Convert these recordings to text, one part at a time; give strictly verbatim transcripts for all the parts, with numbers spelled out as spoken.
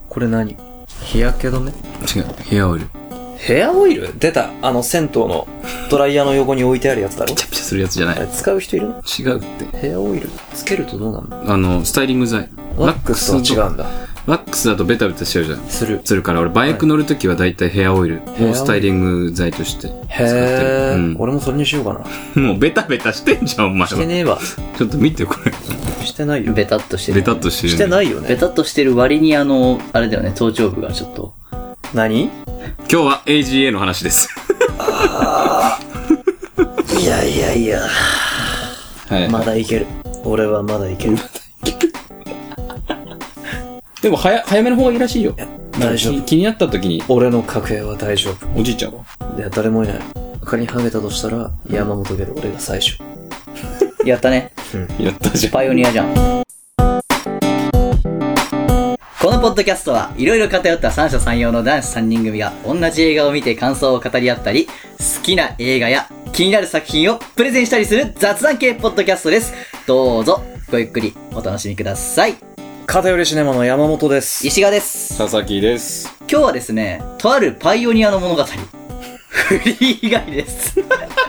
これ何？日焼け止め？ 違う、ヘアオイル。 ヘアオイル？出た。あの銭湯のドライヤーの横に置いてあるやつだろ？ ピチャピチャするやつじゃない。 あれ使う人いるの？ 違うって。 ヘアオイルつけるとどうなの？ あの、スタイリング剤。 ワックスとは違うんだ。 ワックスだとベタベタしちゃうじゃん。 する。 するから、俺バイク乗るときはだいたいヘアオイルをスタイリング剤として使ってる。 へー、 うん、 俺もそれにしようかな。 もうベタベタしてんじゃん、お前は。 してねえわ。 ちょっと見てこれ。 してないよ。 ベタっとしてる、 ベタっとしてる、ね。 してないよね。 ベタっとしてる割にあの、あれだよね、頭頂部がちょっと。 何？ 今日は エージーエー の話です。 あいやいやいや。 はい。 まだいける。俺はまだいける。 でも早、早めの方がいいらしいよ。 大丈夫。 気になった時に。 俺の確変は大丈夫。 おじいちゃんは？ いや、誰もいない。仮にハゲたとしたら、山本家で俺が最初。 やったね。 うん。 やったじゃん。 パイオニアじゃん。このポッドキャストはいろいろ偏った三者三様の男子さんにん組が同じ映画を見て感想を語り合ったり、好きな映画や気になる作品をプレゼンしたりする雑談系ポッドキャストです。どうぞごゆっくりお楽しみください。 片寄りシネマの山本です。 石川です。 佐々木です。 今日はですね、とあるパイオニアの物語、フリー以外です。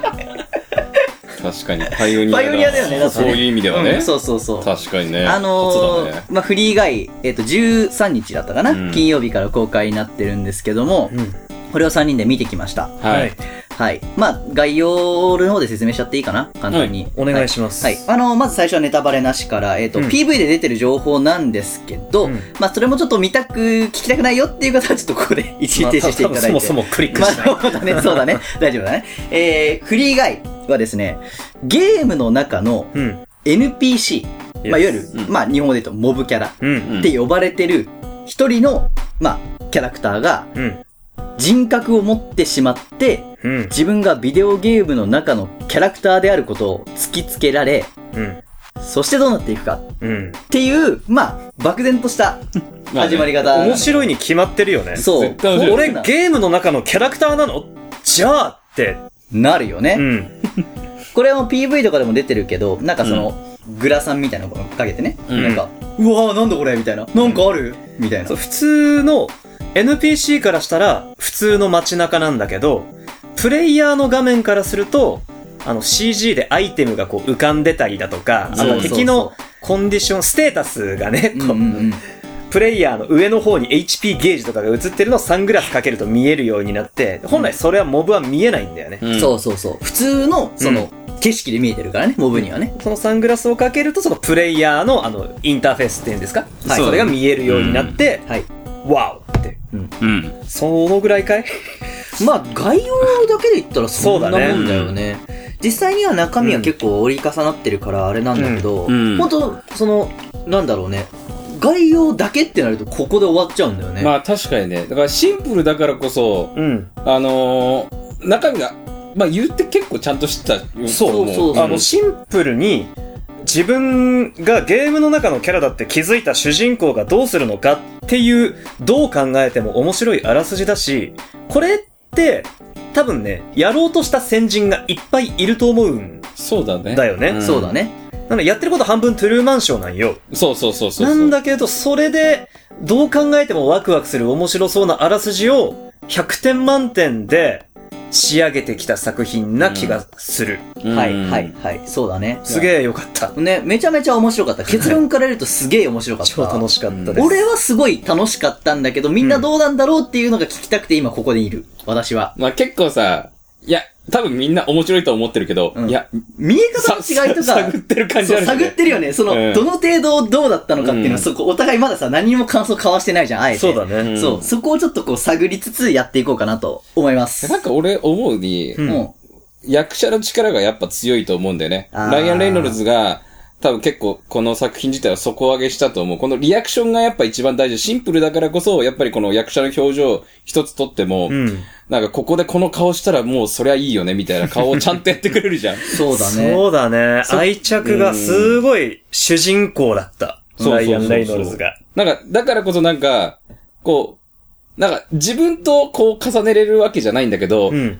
確かにパイオニアだ。 パイオニアだよね。だってね、 そういう意味ではね。 うん、そうそうそう。 確かにね。 あのー、 ね、 まあ、フリー以外、えっと、じゅうさんにちだったかな、うん、金曜日から公開になってるんですけども、うん、これをさんにんで見てきました。 はい。 はい。まあ、概要の方で説明しちゃっていいかな、簡単に。 はい、お願いします。 はい。はい、あのー、まず最初はネタバレなしから、えっと、うん、ピーブイ で出てる情報なんですけど、うん、まあ、それもちょっと見たく、聞きたくないよっていう方は、ちょっとここで一時停止していただいて。 まあ、そもそもクリックしない。 まあ、そうだね、そうだね。大丈夫だね。えー、フリー以外はですね、ゲームの中の エヌピーシー、うん、まあ、いわゆる、うん、まあ、日本語で言うとモブキャラって呼ばれてる一人の、まあ、キャラクターが、人格を持ってしまって、うん、自分がビデオゲームの中のキャラクターであることを突きつけられ、うん、そしてどうなっていくか、うん、っていう、まあ、漠然とした始まり方、 ね。面白いに決まってるよね。 そう。 俺、ゲームの中のキャラクターなの？じゃあって。 なるよね。 うん。 これは ピーブイ とかでも出てるけど、なんかその、うん、グラサンみたいなのをかけてね、うん、なんか、うわーなんだこれみたいな。なんかあるみたいな。 そう、普通の エヌピーシー からしたら普通の街中なんだけど、プレイヤーの画面からすると、あの シージー でアイテムがこう浮かんでたりだとか、あの敵のコンディション、ステータスがね、こう、うんうんうん、プレイヤーの上の方に エイチピー ゲージとかが映ってるのをサングラスかけると見えるようになって、本来それはモブは見えないんだよね。 うん、そうそうそう。普通の、その、うん、景色で見えてるからね、モブにはね。 そのサングラスをかけると、そのプレイヤーのあの、インターフェースっていうんですか、はい、それが見えるようになって、うん、はい。ワオって。うん。うん。そのぐらいかいまあ、概要だけで言ったらそんなもんだよね。実際には中身は結構折り重なってるからあれなんだけど、うんうん、ほんと、その、なんだろうね。概要だけってなるとここで終わっちゃうんだよね。 まあ確かにね。だからシンプルだからこそ、うん、あのー、中身が、まあ言って結構ちゃんとした。 そうそうそう。あの、シンプルに、自分がゲームの中のキャラだって気づいた主人公がどうするのかっていう、どう考えても面白いあらすじだし、これって、多分ね、やろうとした先人がいっぱいいると思うんそうだね。 だよね。 うん、そうだね。 なのでやってること半分トゥルーマンショーなんよ。 そうそうそうそう。 なんだけど、それで、どう考えてもワクワクする面白そうなあらすじを、ひゃくてん満点で仕上げてきた作品な気がする。 うん、はいはいはい。そうだね。 すげえよかった。 ね、めちゃめちゃ面白かった。結論から言うとすげえ面白かった。 超楽しかったです。 俺はすごい楽しかったんだけど、みんなどうなんだろうっていうのが聞きたくて今ここでいる。私は。 まあ結構さ、いや、多分みんな面白いと思ってるけど、うん、いや、 見え方の違いとか、 探ってる感じあるね。探ってるよね。その、うん、どの程度どうだったのかっていうのは、うん、そこ、お互いまださ、何にも感想交わしてないじゃん、あえて。 そうだね。 そう。そこをちょっとこう探りつつやっていこうかなと思います。 なんか俺思うに、うん、役者の力がやっぱ強いと思うんだよね。ライアン・レイノルズが、多分結構この作品自体は底上げしたと思う。このリアクションがやっぱ一番大事。シンプルだからこそ、やっぱりこの役者の表情一つとっても、うん、なんかここでこの顔したらもうそりゃいいよねみたいな顔をちゃんとやってくれるじゃん。 そうだね。 そうだね。愛着がすごい主人公だった。ライアン・レイノルズが。 なんか、だからこそなんか、こう、なんか自分とこう重ねれるわけじゃないんだけど、うん、まあ、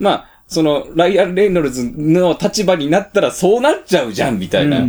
その、ライアン・レイノルズの立場になったらそうなっちゃうじゃん、みたいな。うん。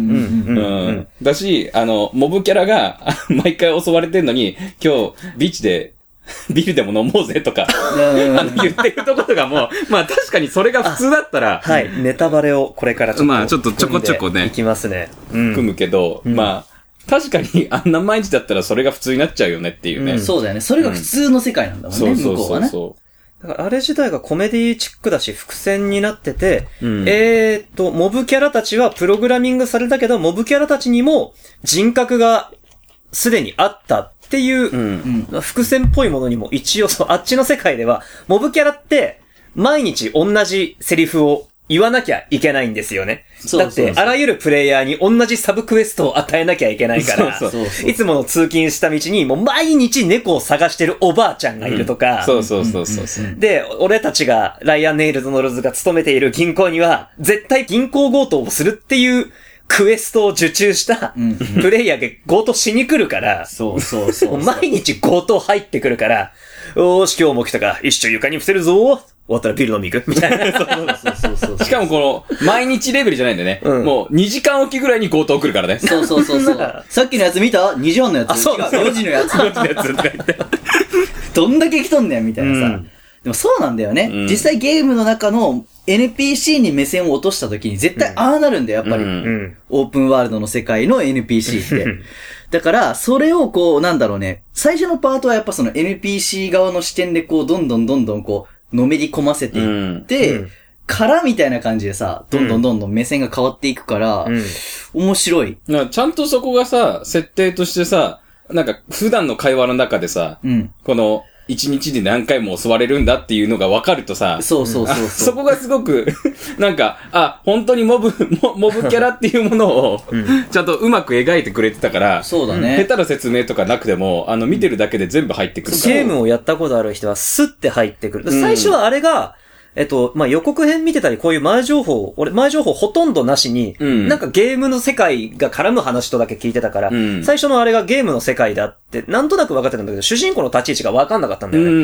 だし、あの、モブキャラが、毎回襲われてんのに、今日、ビーチで、ビールでも飲もうぜとか、あの、言ってるところがもう、まあ確かにそれが普通だったら、 はい、ネタバレをこれからちょっと。 まあちょっとちょこちょこね。 いきますね。 うん、組むけど、うん、まあ、確かにあんな毎日だったらそれが普通になっちゃうよねっていうね。うん、 そうだよね。それが普通の世界なんだもんね、うん、向こうはね。そうそうそう。 だからあれ自体がコメディチックだし伏線になってて、うん、えーっと、モブキャラたちはプログラミングされたけど、モブキャラたちにも人格がすでにあったっていう、うんうん、伏線っぽいものにも一応そう、あっちの世界では、モブキャラって毎日同じセリフを言わなきゃいけないんですよね。そうそうそう。だって、あらゆるプレイヤーに同じサブクエストを与えなきゃいけないから、そうそうそう、いつもの通勤した道に、もう毎日猫を探してるおばあちゃんがいるとか、 うん、そうそうそうそう。 で、俺たちが、ライアン・ネイルズのロズが勤めている銀行には、絶対銀行強盗をするっていうクエストを受注したプレイヤーが強盗しに来るから、 そうそうそう。 毎日強盗入ってくるから、おーし、今日も来たか、一緒床に伏せるぞ終わったらビール飲み行くみたいな。そうそうそうそう。しかもこの、毎日レベルじゃないんだよね。うん、もう、にじかんおきぐらいに強盗来るからね。 そうそうそうそう。さっきのやつ見た ?に 時半のやつ。 あ、そうだ。 よじのやつ。 よじのやつとか言って。 どんだけ来とんねんみたいなさ。うん、でもそうなんだよね、うん。実際ゲームの中の エヌピーシー に目線を落とした時に絶対ああなるんだよ、やっぱり。うん、オープンワールドの世界の エヌピーシー って。だから、それをこう、なんだろうね。最初のパートはやっぱその エヌピーシー 側の視点でこう、どんどんどんどんこう、のめり込ませていって、うん、からみたいな感じでさ、どんどんどんどん目線が変わっていくから、うん、面白い。 なんかちゃんとそこがさ、設定としてさ、なんか普段の会話の中でさ、うん、この、一日で何回も襲われるんだっていうのが分かるとさ、 そうそうそうそう。 そこがすごく、なんか、あ、本当にモブ、モブキャラっていうものを、ちゃんとうまく描いてくれてたから、 そうだね。 下手な説明とかなくても、あの、見てるだけで全部入ってくるから。 ゲームをやったことある人はスッて入ってくる。最初はあれが、えっと、まあ、予告編見てたり、こういう前情報、俺、前情報ほとんどなしに、うん、なんかゲームの世界が絡む話とだけ聞いてたから、うん、最初のあれがゲームの世界だって、なんとなく分かってたんだけど、主人公の立ち位置が分かんなかったんだよね。うん、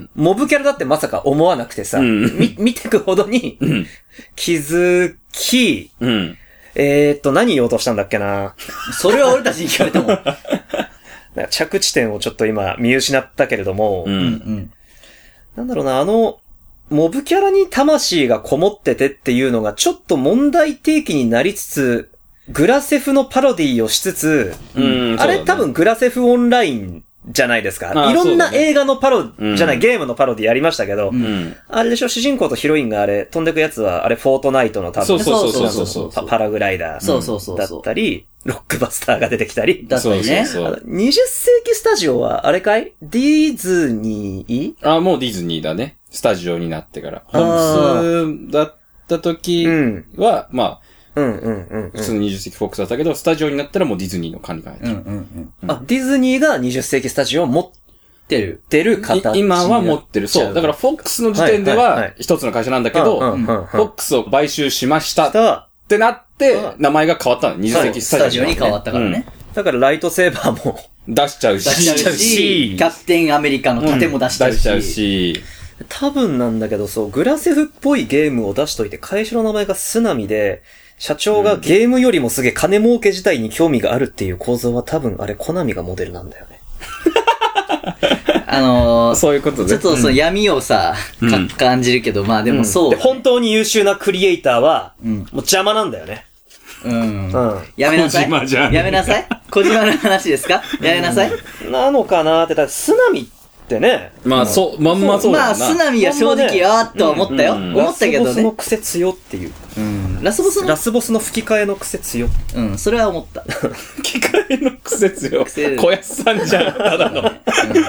モブキャラだってまさか思わなくてさ、うん、み、見てくほどに、うん、気づき、うん、えーっと、何言おうとしたんだっけな。 それは俺たちに聞かれたもん。 着地点をちょっと今見失ったけれども、うんうん、なんだろうな、あの、モブキャラに魂がこもっててっていうのがちょっと問題提起になりつつ、グラセフのパロディをしつつ、うん、あれ、ね、多分グラセフオンラインじゃないですか。いろんな映画のパロ、ね、じゃない、ゲームのパロディやりましたけど、うん、あれでしょ、主人公とヒロインがあれ、飛んでくやつは、あれ、フォートナイトの多分、 そうそうそうそうそうパ、パラグライダーだったり、ロックバスターが出てきたり。 だったりね。 そうそうそうにじゅっせいきスタジオは、あれかいディズニーあ、もうディズニーだね。スタジオになってから。ホックスだった時は、うん、まあ、うんうんうんうん、普通のにじゅっせいきフォックスだったけど、スタジオになったらもうディズニーの管理が入ってる。うんうんうん、あ、ディズニーがにじゅっせいきスタジオを持ってる。てる形。 今は持ってる。そう。だからフォックスの時点では一つの会社なんだけど、フォックスを買収しましたってなって、名前が変わったの。にじゅっせいきスタジオ、 ね。スタジオに変わったからね。 うん、だからライトセーバーも出しちゃうし。 出しちゃうし、キャプテンアメリカの盾も出しちゃうし。 出しちゃうし。 多分なんだけど、そう、グラセフっぽいゲームを出しといて、会社の名前がスナミで、社長がゲームよりもすげえ金儲け自体に興味があるっていう構造は多分あれ、コナミがモデルなんだよね。 あのー、 そういうことで。 ちょっとその闇をさ、うん、感じるけど、まあでもそう、ねうん、で。本当に優秀なクリエイターは、うん、もう邪魔なんだよね。 うん。うん。やめなさい。小島じゃん。やめなさい。小島の話ですかやめなさい。 なのかなって、だってスナミってね。 まあ、そう、まんまそうだな。 まあ、スナミは正直、あーっとは思ったよ。思ったけどね。ラスボスの癖強っていう。 うん。ラスボスのラスボスの吹き替えの癖強。 うん、それは思った。 吹き替えの癖強。小安さんじゃん、ただの。うん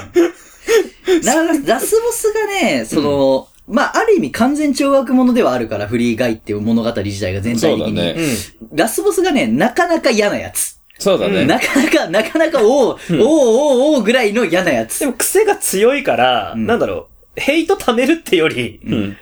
ラスボスがね、その、うん、まあ、ある意味完全懲悪者ではあるから、フリーガイっていう物語自体が全体的に。ねうん、ラスボスがね、なかなか嫌なやつ。 そうだね。 なかなか、なかなか、おう、うん、おうおうおうぐらいの嫌なやつ。 でも癖が強いから、うん、なんだろう、ヘイト貯めるってより、うん、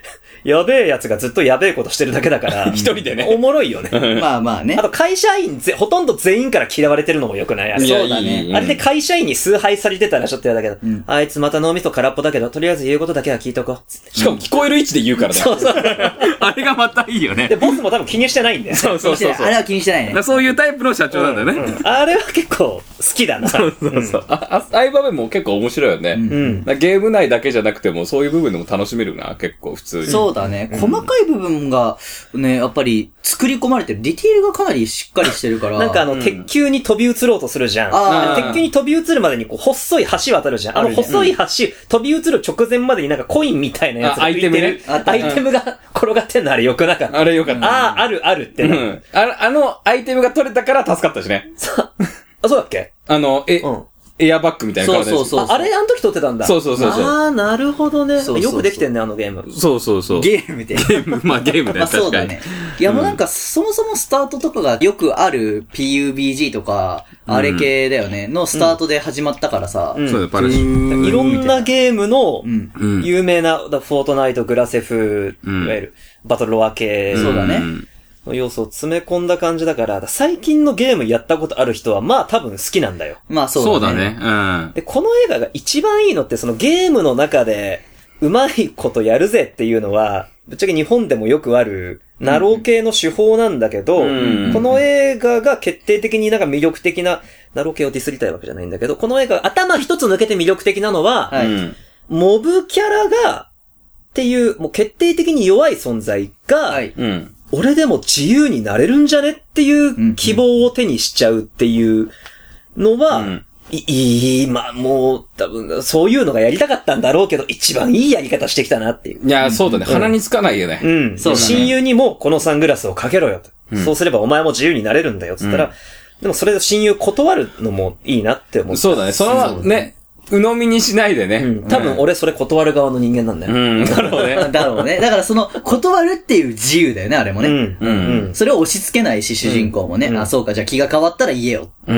やべえやつがずっとやべえことしてるだけだから。 一人でね。 おもろいよね。 まあまあね。 あと会社員ぜ、ほとんど全員から嫌われてるのも良くない？ そうだね。 あれで会社員に崇拝されてたらちょっと嫌だけど、うん、あいつまた脳みそ空っぽだけど、とりあえず言うことだけは聞いとこう。 しかも聞こえる位置で言うからね。 そうそう。 あれがまたいいよね。 で、ボスも多分気にしてないんだよ。 そうそうそうそう。 あれは気にしてないね。 そういうタイプの社長なんだよね。 うんうん、あれは結構好きだな。 そうそうそう。うん、あ、ああいう場面も結構面白いよね。うん、ゲーム内だけじゃなくても、そういう部分でも楽しめるな、結構普通に。 そうだね。細かい部分が、ね、やっぱり作り込まれてる。ディティールがかなりしっかりしてるから。 なんかあの、うん、鉄球に飛び移ろうとするじゃん。あ鉄球に飛び移るまでにこう、細い橋渡るじゃん。あの細い橋、うん、飛び移る直前までになんかコインみたいなやつが浮いてる。アイテムが転がってんのあれよくなかった。 あれよかった。 ああ、あるあるって、うん。 あ。あのアイテムが取れたから助かったしね。 そう。あ、そうだっけ？ あの、え、うん。エアバッグみたいな感じで。 そうそうそう。あれ、あの時撮ってたんだ。 そうそうそうそう。 ああ、なるほどね。そうそうそう。よくできてんね、あのゲーム。 そうそうそう。 ゲームで。 ゲーム、まあゲームで。 まあそうだね。いやもうなんか、そもそもスタートとかがよくある ピーユービージー とか、あれ系だよね。のスタートで始まったからさ。 うん。そうだ、パラシュいろんなゲームの、有名な、フォートナイト、グラセフ、いわゆる、バトルロワ系。 そうだね。 の要素を詰め込んだ感じだから、最近のゲームやったことある人は、まあ多分好きなんだよ。 まあそうだね。 そうだね。うん。 で、この映画が一番いいのって、そのゲームの中で、うまいことやるぜっていうのは、ぶっちゃけ日本でもよくある、ナロー系の手法なんだけど、うん、この映画が決定的になんか魅力的な、ナロー系をディスりたいわけじゃないんだけど、この映画が頭一つ抜けて魅力的なのは、はい、モブキャラが、っていう、もう決定的に弱い存在が、はい、うん俺でも自由になれるんじゃねっていう希望を手にしちゃうっていうのは、うん、いい、まあもう多分そういうのがやりたかったんだろうけど、一番いいやり方してきたなっていう。 いや、そうだね。うん、鼻につかないよね。 うん。そうだね。親友にもこのサングラスをかけろよと。うん、そうすればお前も自由になれるんだよ。つったら、うん、でもそれで親友断るのもいいなって思った。 そうだね。そのままね。鵜呑みにしないでね。 うん。多分俺それ断る側の人間なんだよ。 うん。だろうね。 だろうね。だからその、断るっていう自由だよね、あれもね。うん。うん。それを押し付けないし、主人公もね。うん、あ、そうか、じゃあ気が変わったら言えよ。うん。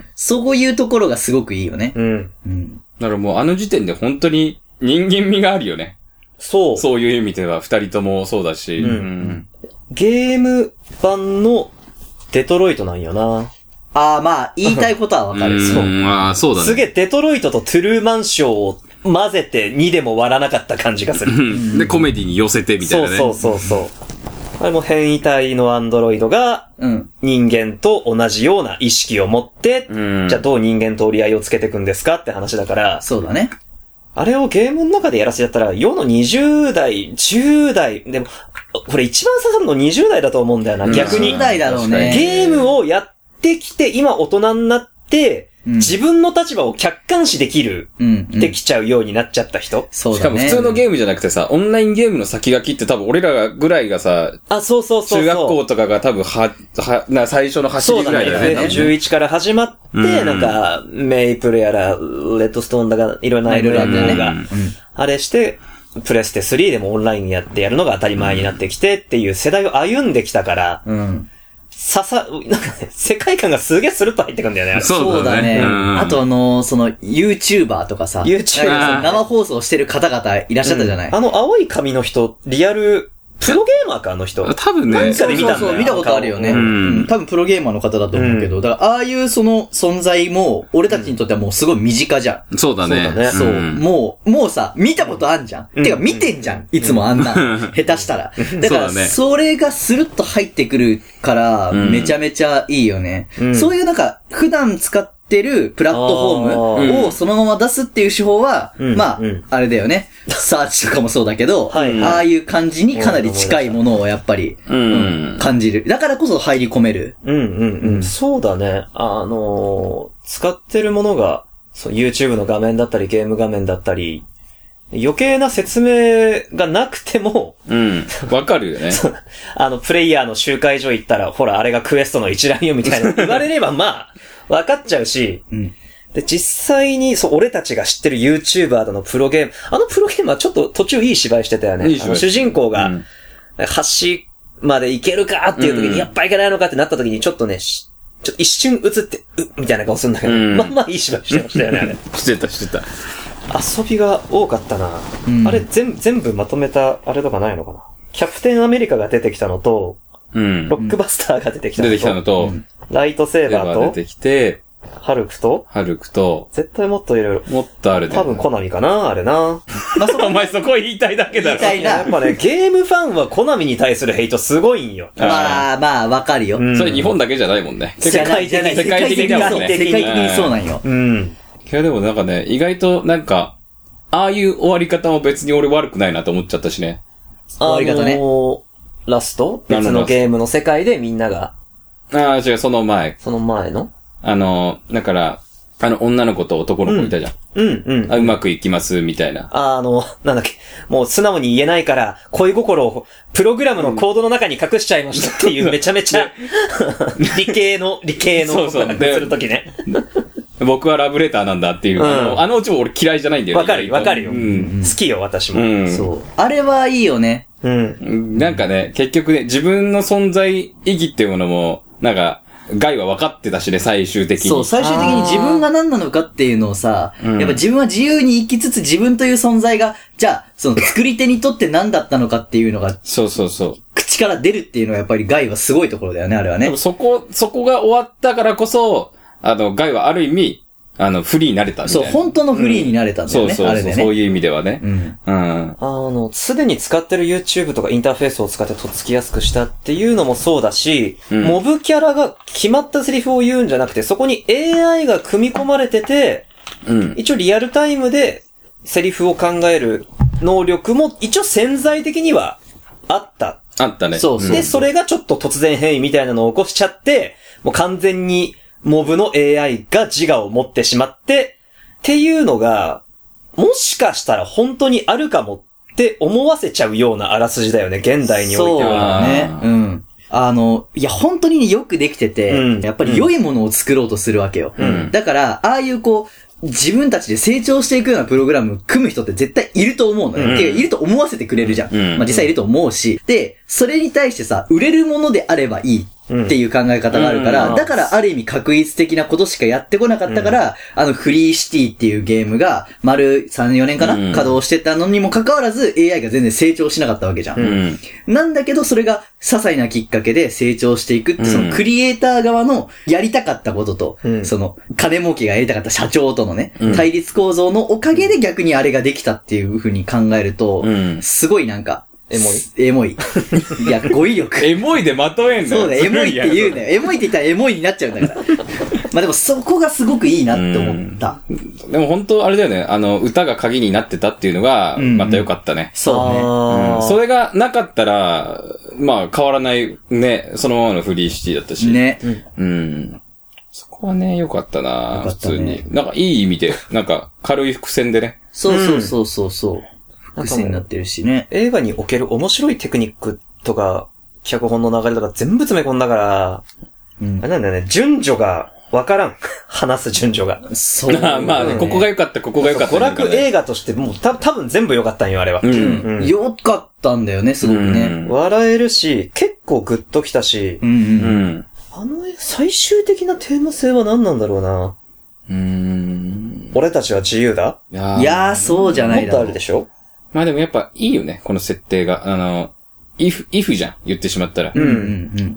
そういうところがすごくいいよね。うん。 うん。だからもうあの時点で本当に人間味があるよね。 そう。 そういう意味では二人ともそうだし。うん。うん、 ゲーム版のデトロイトなんよな。 ああ、まあ、言いたいことはわかる。 そう。ああ、そうだね。 すげえ、デトロイトとトゥルーマンショーを混ぜてにでも割らなかった感じがする。 で、コメディに寄せてみたいなね。 そうそうそうそう。あれも変異体のアンドロイドが、人間と同じような意識を持って、うん、じゃあどう人間と折り合いをつけていくんですかって話だから。 そうだね。 あれをゲームの中でやらせちゃったら、世のにじゅう代、じゅう代、でも、これ一番刺さるのにじゅう代だと思うんだよな、逆に。 にじゅう代だろうね。 ゲームをやって、できて、今大人になって、うん、自分の立場を客観視できる、うんうん、できちゃうようになっちゃった人。 そうだね。しかも普通のゲームじゃなくてさ、オンラインゲームの先書きって多分俺らぐらいがさ、 あ、そうそうそうそう。 中学校とかが多分は、は、な、最初の走りぐらいだよね。 そうだね。じゅういちから始まって、うん、なんか、メイプルやら、レッドストーンだが、いろんな エムエムオー が、あれして、プレステスリーでもオンラインやってやるのが当たり前になってきてっていう世代を歩んできたから、うんささ、なんかね、世界観がすげえスルッと入ってくんだよね。 そうだね。あとあのー、その、YouTuber とかさ。 YouTuber。 生放送してる方々いらっしゃったじゃない、 うん、あの青い髪の人、リアル、プロゲーマーか、あの人。 多分ね。 なんかで見たんだよ。そうそう、見たことあるよね。うん。多分プロゲーマーの方だと思うけど、うん、だから、ああいうその存在も、俺たちにとってはもうすごい身近じゃん。 そうだね。 そうだね。そう。うん、もう、もうさ、見たことあんじゃん。うん、てか、見てんじゃん。いつもあんな。下手したら。だから、それがスルッと入ってくるから、めちゃめちゃいいよね。うん、そういうなんか、普段使って、てるプラットフォームをそのまま出すっていう手法は、うん、まあ、うん、あれだよね。サーチとかもそうだけど、はいはい、ああいう感じにかなり近いものをやっぱり、うんうん、感じる。だからこそ入り込める。 うんうんうん。そうだね。あのー、使ってるものが、そう YouTube の画面だったりゲーム画面だったり、余計な説明がなくても、 うん。わかるよね。 あの、プレイヤーの集会所行ったら、ほら、あれがクエストの一覧よみたいな言われれば、まあ、わかっちゃうし、うん、で、実際に、そう、俺たちが知ってる YouTuber だのプロゲーム、あのプロゲームはちょっと途中いい芝居してたよね。いいあの主人公が、うん、橋まで行けるかっていう時に、うん、やっぱ行けないのかってなった時に、ちょっとね、ちょっと一瞬映って、うみたいな顔するんだけど、うん、まあまあいい芝居してましたよね、あれ。 してた、してた。 遊びが多かったな。うん、あれ全、全部まとめた、あれとかないのかな。 キャプテンアメリカが出てきたのと、 うん。 ロックバスターが出てきたのと、 出てきたのと、 ライトセーバーと、 出てきて、 ハルクと、 ハルクと、 絶対もっといろいろ。 もっとあるね。 多分コナミかなあれな。 まあ、そお前そこ言いたいだけだろ。 言いたいな。 やっぱね、ゲームファンはコナミに対するヘイトすごいんよ。 まあまあ、わかるよ。 うん。それ日本だけじゃないもんね。 世界的に、 世界的にそう。 ね。 世界的にそうなんよ。 うん。 いやでもなんかね、意外となんか、ああいう終わり方も別に俺悪くないなと思っちゃったしね。 終わり方ね。 あのー、ラスト別のゲームの世界でみんなが。 ああ、違う、その前。 その前のあの、だから、あの、女の子と男の子いたじゃん。 うん、うん、うん。 あ、うまくいきます、みたいな。 あ、あの、なんだっけ。もう素直に言えないから、恋心をプログラムのコードの中に隠しちゃいましたっていうめちゃめちゃ、理系の、理系の、 そうそう。 するときね。 僕はラブレターなんだっていう。うん、あの、あのうちも俺嫌いじゃないんだよね。わかる、わかるよ、 うん。 好きよ、私も。 うん。 そう。あれはいいよね。 うん。 なんかね、結局ね、自分の存在意義っていうものも、なんか、ガイは分かってたしね、最終的に。 そう、最終的に自分が何なのかっていうのをさ、やっぱ自分は自由に生きつつ自分という存在が、じゃあ、その作り手にとって何だったのかっていうのが、 そうそうそう。 口から出るっていうのはやっぱりガイはすごいところだよね、あれはね。でもそこ、そこが終わったからこそ、あの、ガイはある意味、あの、フリーになれたんだよね。 そう、本当のフリーになれたんだよね。うん、 そうそうそう、 あれでね。 そういう意味ではね。 うん。 うん。 あの、すでに使ってる YouTube とかインターフェースを使ってとっつきやすくしたっていうのもそうだし、うん、モブキャラが決まったセリフを言うんじゃなくて、そこに エーアイ が組み込まれてて、うん、一応リアルタイムでセリフを考える能力も一応潜在的にはあった。 あったね。 そうそう。で、それがちょっと突然変異みたいなのを起こしちゃって、もう完全にモブの エーアイ が自我を持ってしまって、っていうのが、もしかしたら本当にあるかもって思わせちゃうようなあらすじだよね、現代においては。 そうね。うん。あの、いや、本当に、ね、よくできてて、うん、やっぱり良いものを作ろうとするわけよ。うん、だから、ああいうこう、自分たちで成長していくようなプログラム組む人って絶対いると思うのね。うん、てかいると思わせてくれるじゃん。うん、まあ実際いると思うし。で、それに対してさ、売れるものであればいい。っていう考え方があるから、うん、だからある意味確一的なことしかやってこなかったから、うん、あのフリーシティっていうゲームが丸さん、よねんかな、うん、稼働してたのにもかかわらず エーアイ が全然成長しなかったわけじゃん。うん、なんだけどそれが些細なきっかけで成長していくって、そのクリエイター側のやりたかったことと、うん、その金儲けがやりたかった社長とのね、うん、対立構造のおかげで逆にあれができたっていう風に考えると、うん、すごいなんか、 エモいエモい。いや、語彙力。 エモいでまとえんだよ。 そうだ、エモいって言うね。エモいって言ったらエモいになっちゃうんだから。まあでもそこがすごくいいなって思った。 でも本当あれだよね。あの、歌が鍵になってたっていうのが、また良かったね。うん、 そうね、 うん。それがなかったら、まあ変わらないね、そのままのフリーシティだったし。 ね。 うん。うん、そこはね、良かったな、ね、普通に。なんかいい意味で、なんか軽い伏線でね。 そうそうそうそうそう。うん伏線になってるしね。 映画における面白いテクニックとか、脚本の流れとか全部詰め込んだから、うん、あれなんだよね、順序がわからん。話す順序が。 そう。まあまあね、ここが良かった、ここが良かった、 ね。娯楽映画としてもうた多分全部良かったんよ、あれは。 うん。良、うん、かったんだよね、すごくね。うん、 笑えるし、結構グッときたし、 うんうんうん、 あの最終的なテーマ性は何なんだろうな。 うーん。 俺たちは自由だいやー、いやーそうじゃないだろう。 もっとあるでしょまあでもやっぱいいよね、この設定が。あの、if、if じゃん、言ってしまったら。 うんうんうん。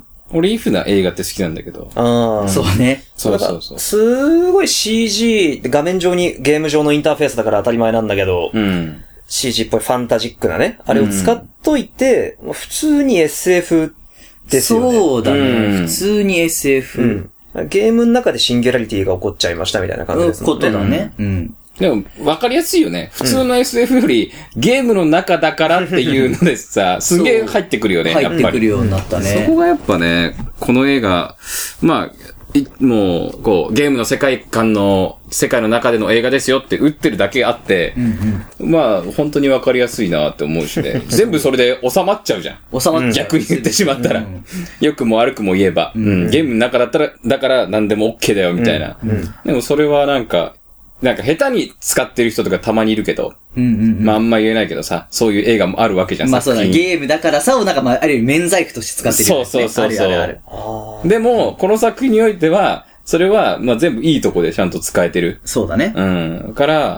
俺 if な映画って好きなんだけど。 ああ。そうね。 そうそうそう。 すごい シージー、画面上に、ゲーム上のインターフェースだから当たり前なんだけど、 うん。 シージー っぽいファンタジックなね、あれを使っといて、うん、普通に エスエフ ですよね。 そうだね。うん、普通に エスエフ、 うん。ゲームの中でシンギュラリティが起こっちゃいましたみたいな感じですね。 起こってたね。うん。うんでも、わかりやすいよね。普通の エスエフ より、うん、ゲームの中だからっていうのでさ、すげえ入ってくるよね、やっぱり。 入ってくるようになったね。 そこがやっぱね、この映画、まあ、もう、こう、ゲームの世界観の、世界の中での映画ですよって打ってるだけあって、 うんうん、 まあ、本当にわかりやすいなって思うしね。全部それで収まっちゃうじゃん。 収まっちゃう。 逆に言ってしまったら。良、うん、くも悪くも言えば、うんうん。ゲームの中だったら、だから何でも OK だよ、みたいな、 うんうん。 でもそれはなんか、なんか下手に使ってる人とかたまにいるけど、 うんうんうん、 まああんま言えないけどさ、そういう映画もあるわけじゃん。 まあそうだ、ゲームだからさをなんかまあある意味免罪符として使ってる、ね。 そうそうそうそう。 あるあるある。でも、この作品においては、それはまあ全部いいとこでちゃんと使えてる。 そうだね。 うん。から、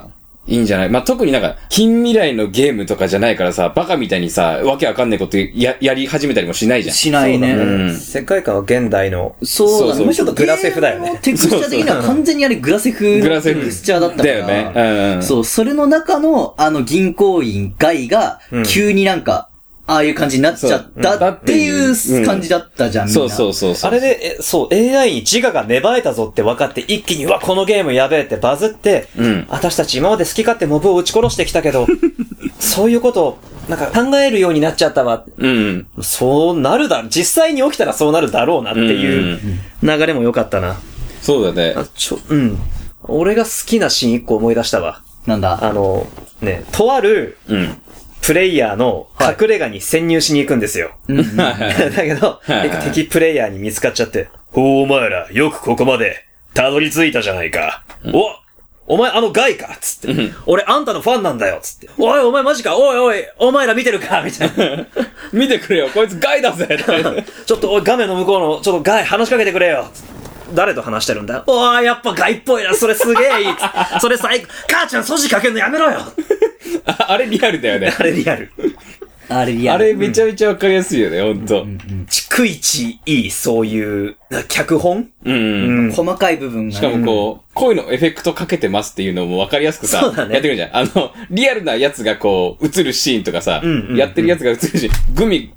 いいんじゃない？まあ、特になんか、近未来のゲームとかじゃないからさ、バカみたいにさ、わけわかんないことや、やり始めたりもしないじゃん。 しないね。 うん。世界観は現代の。 そうだね。むしろグラセフだよね。 テクスチャー的には完全にあれグラセフ。 グラセフ。 テクスチャーだったから。 だよね。うん。 そう、それの中の、あの銀行員ガイが、急になんか、ああいう感じになっちゃったっていう感じだったじゃん、みんな。 そうそうそうそう。 あれで、えそう、エーアイ に自我が芽生えたぞって分かって、一気に、うわ、このゲームやべえってバズって、うん、私たち今まで好き勝手モブを撃ち殺してきたけど、そういうことを、なんか考えるようになっちゃったわ。うん。そうなるだ、実際に起きたらそうなるだろうなっていう流れも良かったな。 そうだね。 あちょ、うん。俺が好きなシーン一個思い出したわ。 なんだ？ あの、ね、とある、うん。プレイヤーの隠れ家に潜入しに行くんですよ。はい、だけど、敵プレイヤーに見つかっちゃって、お前ら、よくここまで、たどり着いたじゃないか。うん、おお前あのガイかつって、うん。俺あんたのファンなんだよつって。おいお前マジかおいおいお前ら見てるかみたいな。 見てくれよこいつガイだぜちょっとおい画面の向こうの、ちょっとガイ話しかけてくれよつって。誰と話してるんだおーやっぱガイっぽいなそれすげえいいそれ最高母ちゃんソジかけんのやめろよあ, あれリアルだよねあれリアルあれリアルあれめちゃめちゃわかりやすいよね、うん、ほんと、うんうん、 逐一いいそういう脚本、 うんうん、細かい部分が、 しかもこう、声のエフェクトかけてますっていうのもわかりやすくさ、ね、やってくるじゃん。あのリアルなやつがこう映るシーンとかさ、うんうんうん、やってるやつが映るシーングミ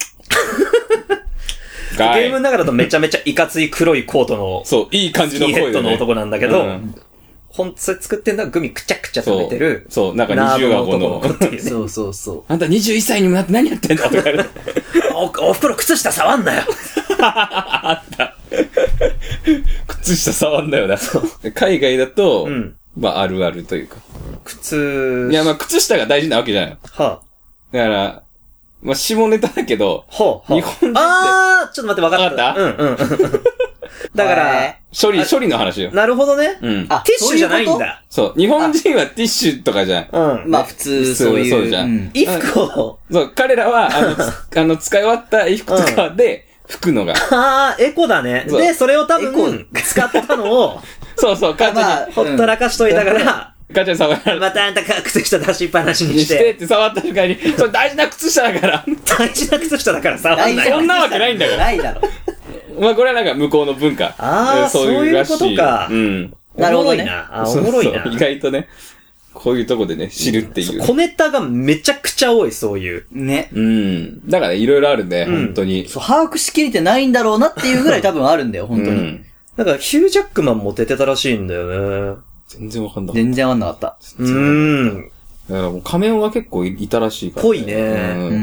ゲームの中だとめちゃめちゃいかつい黒いコートのそう、いい感じの声で、ね、 スキンヘッドの男なんだけど、うん、ほんとそれ作ってんのはグミくちゃくちゃ食べてるそう、そう、なんかにじゅう顎のね、そうそうそう。 あんたにじゅういっさいにもなって何やってんだとかお、おふくろ靴下触んなよあった。靴下触んなよな。海外だと、うん、まああるあるというか。 靴、 いやまあ靴下が大事なわけじゃない。はあ、だから、まあ、下ネタだけど、はあはあ、日本人って。 あーちょっと待って、分かった。分かったうんうん。だから、 処理、処理の話よ。 なるほどね。うん。あ、ティッシュじゃないんだ。 そう。日本人はティッシュとかじゃん。 うん。まあ普通、そういう。そうじゃん。 衣服を。 そう、彼らは、あの、あの、使い終わった衣服とかで、拭くのが。 あー、エコだね。で、それを多分、使ったのを、 そうそう、 母ちゃんにほったらかしといたから、 母ちゃん触られまたあんた靴下出しっぱなしにして。 してって触った瞬間に、それ大事な靴下だから。 大事な靴下だから触んない。 そんなわけないんだから。 ないだろ。 まあこれはなんか向こうの文化。 ああ、そういうことか。 うん。 なるほどね。 あ、おもろいな。 意外とね、こういうとこでね、知るっていう。 小ネタがめちゃくちゃ多い、そういう。 ね。 うん。だからいろいろあるね、本当に。 そう、把握しきれてないんだろうなっていうぐらい多分あるんだよ、本当に。 だからヒュージャックマンも出てたらしいんだよね。 全然わかんなかった。 全然わかんなかった。 うーん。 だからもう仮面は結構いたらしいから、 ね。ぽいね。うんうんうん。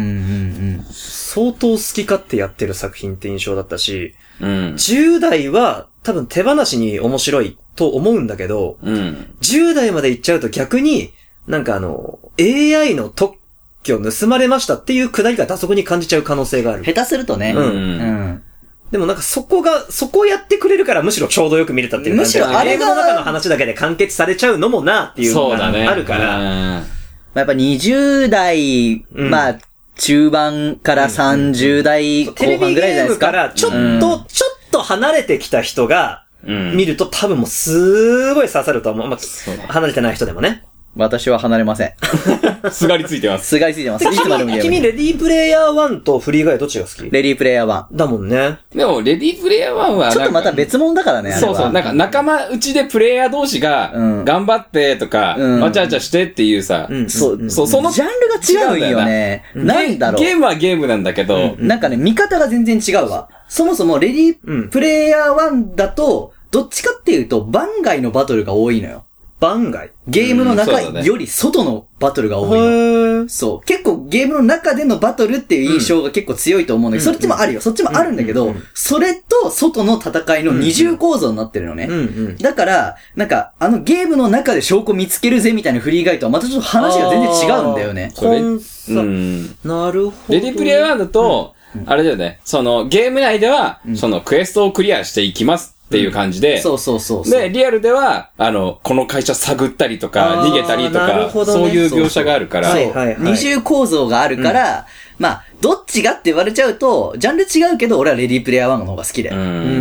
相当好き勝手やってる作品って印象だったし、うん、じゅう代は多分手放しに面白いと思うんだけど、うん、じゅう代まで行っちゃうと逆に、なんかあの、エーアイ の特許盗まれましたっていうくだりが打足に感じちゃう可能性がある。 下手するとね。うん。うんでもなんかそこが、そこをやってくれるからむしろちょうどよく見れたっていう感じ。むしろあれがゲームの中の話だけで完結されちゃうのもなっていうのがあるから。 まあ、やっぱにじゅう代、うん、まあ、中盤からさんじゅう代後半ぐらいじゃないですか。テレビゲームからちょっと、うん、ちょっと離れてきた人が見ると多分もうすごい刺さると思う。まあ、離れてない人でもね。 私は離れません。 すがりついてます。 すがりついてます。いつまでも君、君、レディープレイヤーワンとフリーガイどっちが好き？ レディープレイヤーワン。 だもんね。 でも、レディープレイヤーワンは、 ちょっとまた別物だからね、あれは。 そうそう。なんか仲間内でプレイヤー同士が、頑張ってとか、うん、わちゃわちゃしてっていうさ、 うん、そう、そう、その、ジャンルが違うんよね。なんだろう。 ゲームはゲームなんだけど、 うん、なんかね、見方が全然違うわ。そもそもレディープレイヤーワンだと、どっちかっていうと、番外のバトルが多いのよ。 番外ゲームの中より外のバトルが多いの。うん、そう。結構ゲームの中でのバトルっていう印象が結構強いと思うんだけど、うん、そっちもあるよ。そっちもあるんだけど、うんうん、それと外の戦いの二重構造になってるのね。うんうん、だから、なんか、あのゲームの中で証拠見つけるぜみたいなフリーガイとはまたちょっと話が全然違うんだよね。 これ、うん、 なるほど。 レディプレイヤーワンだと、うん、あれだよね。そのゲーム内では、うん、そのクエストをクリアしていきます。っていう感じで、うん。 そうそうそうそう。 で、リアルでは、あの、この会社探ったりとか、逃げたりとか、ね、そういう描写があるから。 そうはいはいはい。二重構造があるから、うん、まあ、 どっちがって言われちゃうと、ジャンル違うけど、俺はレディープレイヤーワンの方が好きだよ。 うん。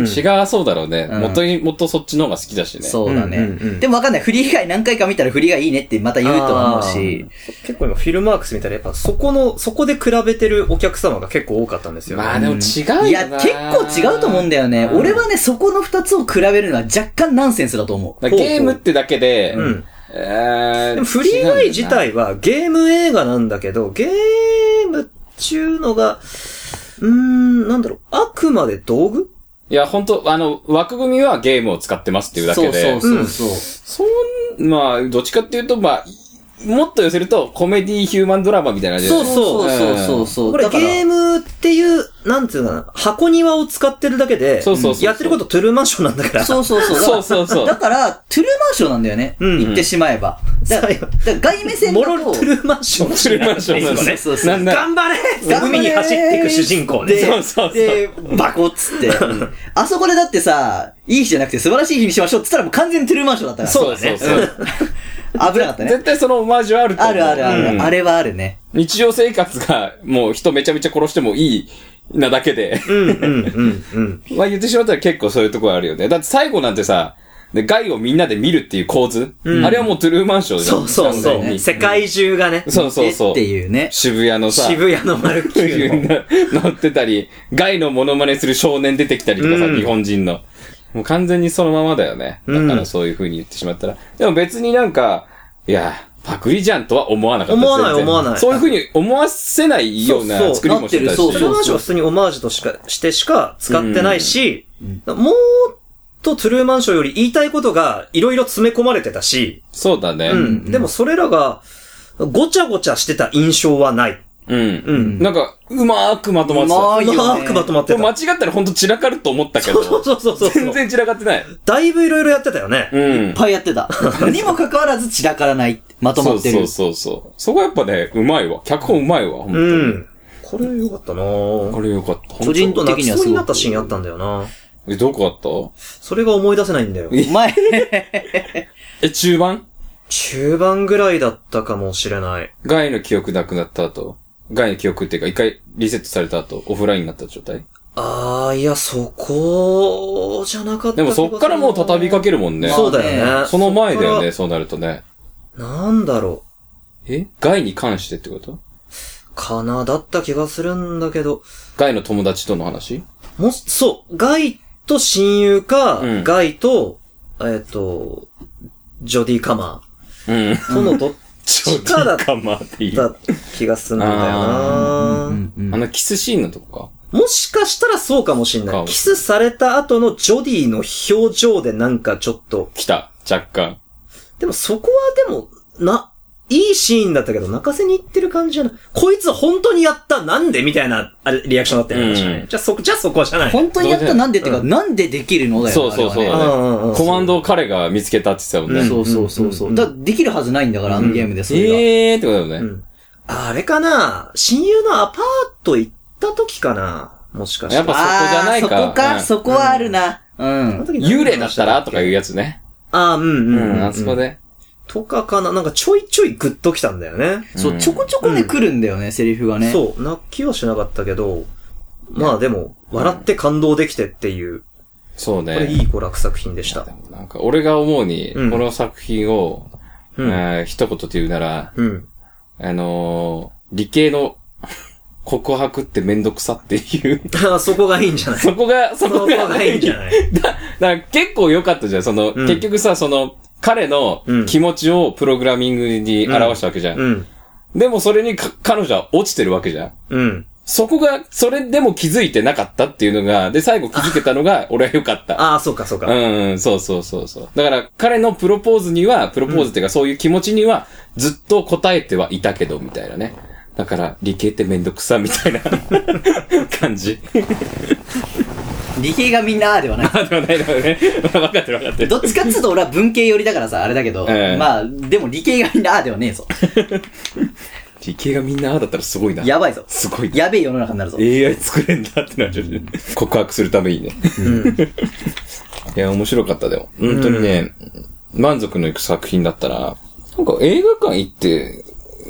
違うそうだろうね。もっと、もっとそっちの方が好きだしね。 そうだね。でもわかんない。フリー以外何回か見たらフリーがいいねってまた言うと思うし。 結構今フィルマークス見たらやっぱそこの、そこで比べてるお客様が結構多かったんですよね。 まあでも違うよな。 いや、結構違うと思うんだよね。俺はね、そこの二つを比べるのは若干ナンセンスだと思う。 ゲームってだけで、 うん。えー、でもフリーガイ自体はゲーム映画なんだけど、ゲームっていうのが、うーん、なんだろう、あくまで道具？ いや、本当あの、枠組みはゲームを使ってますっていうだけで。 そうそうそうそう。 そん、まあ、どっちかっていうと、まあ、もっと寄せると、コメディヒューマンドラマみたいな感じで。 そうそうそうそうそう。 これゲームっていう、なんていうのかな、箱庭を使ってるだけで、 そうそうそう。 やってることトゥルーマンショーなんだから。 そうそうそう。 そうそうそう。 だから、トゥルーマンショーなんだよね。うん。言ってしまえば。だから、外目線だと。 モロトゥルーマンショー。 トゥルーマンショーなんですね。そうそう。 頑張れ海に走っていく主人公ね。 そうそうそう。で、バコッつって。あそこでだってさ、いい日じゃなくて素晴らしい日にしましょうって言ったらもう完全にトゥルーマンショーだったから。 そうだね。そうそう危なかったね。 絶対そのオマージュあると思う。 あるあるある。あれはあるね。 日常生活がもう人めちゃめちゃ殺してもいいなだけで。 うんうんうんうん。 まあ言ってしまったら結構そういうところあるよね。だって最後なんてさ、で、ガイをみんなで見るっていう構図、うん、あれはもうトゥルーマンショーじゃん。 そうそうそう、ね。世界中がね。 そうそうそう。 っていうね。 渋谷のさ。 渋谷のマルキュー乗ってたり、ガイのモノマネする少年出てきたりとかさ、うん、日本人の。もう完全にそのままだよね。だからそういう風に言ってしまったら。うん、でも別になんか、いや、パクリじゃんとは思わなかった。 思わない思わない。 そういう風に思わせないような作りもしてたし。 そうそう。トゥルーマンショーは普通にオマージュとしか、してしか使ってないし、うん、もう、とトゥルーマンショーより言いたいことがいろいろ詰め込まれてたし。 そうだね。 うん。でもそれらが、ごちゃごちゃしてた印象はない。 うん。うん。なんか、うまーくまとまってた。うまーくまとまってた。 間違ったらほんと散らかると思ったけど。 そうそうそうそう。 全然散らかってない。 だいぶいろいろやってたよね。 うん。いっぱいやってた。にもかかわらず散らからない。まとまってる。 そうそうそう。そこやっぱね、うまいわ。脚本うまいわ。本当に。うん。 これよかったなぁ。 これよかった。 個人的には泣きそうになったシーンあったんだよな。 え、どこあった？ それが思い出せないんだよ。 うまい。 え、中盤？ 中盤ぐらいだったかもしれない。 ガイの記憶なくなった後。ガイの記憶っていうか、一回リセットされた後、オフラインになった状態？ あー、いや、そこじゃなかった。 でもそっからもう畳みかけるもんね。 そうだよね。 その前だよね、そうなるとね。 なんだろう。え？ガイに関してってこと？ かな、だった気がするんだけど。 ガイの友達との話？ も、そう、ガイと親友か、うん、ガイと、えっと、ジョディ・カマー。うん。とのどっちかだった気がするんだよな。 あ, うんうんうん、あのキスシーンのとこか。 もしかしたらそうかもしんない。キスされた後のジョディの表情でなんかちょっと。 来た、若干。 でもそこはでも、な、いいシーンだったけど、泣かせに行ってる感じじゃない。こいつ本当にやったなんでみたいな、あれ、リアクションだったよね、うん。じゃあそ、じゃあそこはじゃない。 本当にやったなんでっていうか、うん、なんでできるのだよ。 そうそうそう、ねうんうん。コマンドを彼が見つけたって言ってたもんね。 うん、そうそうそう。うん、だできるはずないんだから、あのゲームでそれが。 ええーってことだよね、うん。 あれかな親友のアパート行った時かなもしかして。 やっぱそこじゃないか。 そこか、うん、そこはあるな。うん。 幽霊だったらとかいうやつね。 ああ、うんうん、うん。 うん、あそこで。 とかかななんかちょいちょいグッときたんだよね。 そう、ちょこちょこね、うん、来るんだよね、セリフがね。 そう、泣きはしなかったけど、まあでも、笑って感動できてっていう。 そうね。 これいい娯楽作品でした。 なんか、俺が思うに、うん、この作品を、うんえー、一言で言うなら、うん、あのー、理系の告白ってめんどくさっていうあ。そこがいいんじゃないそこが、そこが、 そこがいいんじゃないだ、だから結構良かったじゃん。その、うん、結局さ、その、彼の気持ちをプログラミングに表したわけじゃん。うんうん、でもそれに彼女は落ちてるわけじゃん。うん、そこが、それでも気づいてなかったっていうのが、で、最後気づけたのが、俺は良かった。 ああ、そうかそうか。 うん、そうそうそうそう。だから、彼のプロポーズには、プロポーズっていうか、そういう気持ちには、ずっと答えてはいたけど、みたいなね。だから、理系ってめんどくさ、みたいな感じ。 理系がみんなああではない。 ああではないだろうね。分かってる分かってる。 どっちかっつうと俺は文系寄りだからさ、あれだけど、えー、まあ、でも理系がみんなああではねえぞ。 理系がみんなああだったらすごいな。 やばいぞ。 すごいな。 やべえ世の中になるぞ。 エーアイ 作れんだってなっちゃう、ね。告白するためにね。うん、いや、面白かったでも。本当にね、うん、満足のいく作品だったら、なんか映画館行って、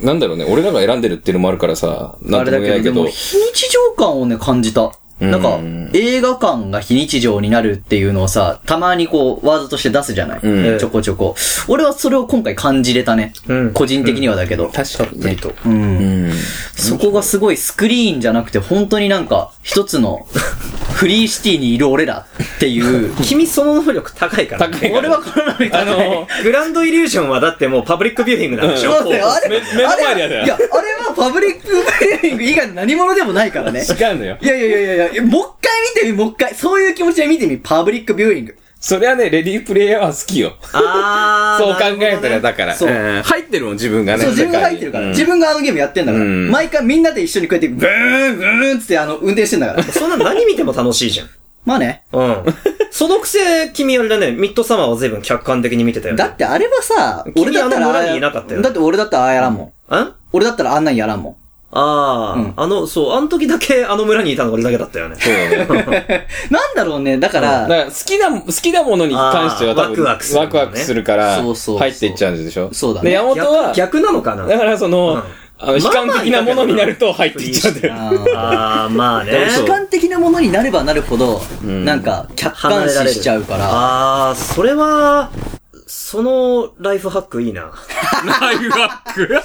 なんだろうね、俺らが選んでるっていうのもあるからさ、なんとも言えないけど。 あれだけど、非日常感をね、感じた。なんか、映画館が非日常になるっていうのをさ、たまにこう、ワードとして出すじゃない、うん、ちょこちょこ。俺はそれを今回感じれたね。うん、個人的にはだけど。 うん、確かにね。 うん。うん。そこがすごいスクリーンじゃなくて、本当になんか、一つの、フリーシティにいる俺らっていう。 君その能力高いから。 高いから。俺はこの能力高い。あの、 グランドイリュージョンはだってもうパブリックビューイングなんでしょ、うん、 そうだよ。あれ、 目の前でやったよ。 いや、あれはパブリックビューイング以外の何者でもないからね。 違うのよ。 いやいやいやいやいや、もう一回見てみ、もう一回。そういう気持ちで見てみ、パブリックビューイング。 そりゃね、レディープレイヤーは好きよ。 あー。そう考えたら、だから。そう、うん。入ってるもん、自分がね。 そう、自分が入ってるから。うん、自分があのゲームやってんだから。うん、毎回みんなで一緒にこうやって、ブーン、ブーンつってあの、運転してんだから。 そんな何見ても楽しいじゃん。 まあね。 うん。そのくせ、君あれだね、ミッドサマーは随分客観的に見てたよね。 だってあれはさ、俺だったら、 村にいなかったよ。 だって俺だったらああやらんもん。 ん俺だったらあんなんやらんもん。 ああ、うん、あの、そう、あの時だけあの村にいたの俺だけだったよね。 そうだね。 なんだろうね、だから、 うん、だから好きな、好きなものに関しては多分、 ワクワクする、ね。 ワクワクするから、 そうそうそう入っていっちゃうんでしょ。 そうだね。 で、山本は逆、逆なのかな。 だからその、うん、あの、悲観的なものになると入っていっちゃうんだよ。 ああ、まあね。 悲観的なものになればなるほど、うん、なんか、客観視しちゃうから。 ああ、それは、そのライフハックいいな。 ライフハック